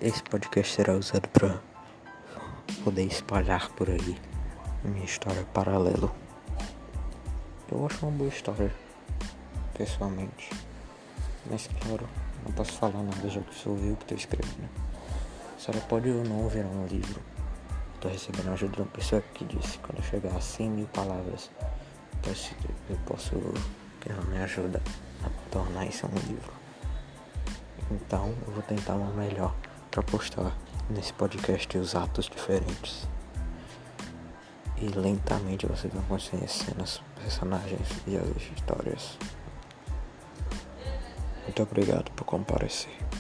Esse podcast será usado para poder espalhar por aí minha história paralelo. Eu acho uma boa história, pessoalmente. Mas claro, não posso falar nada já que sou eu que estou escrevendo. Só pode ou não virar um livro. Estou recebendo a ajuda de uma pessoa que disse que quando chegar a 100.000 palavras, eu posso que ela me ajuda a tornar isso um livro. Então eu vou tentar uma melhor para postar nesse podcast os atos diferentes. E lentamente vocês vão conhecendo os personagens e as histórias. Muito obrigado por comparecer.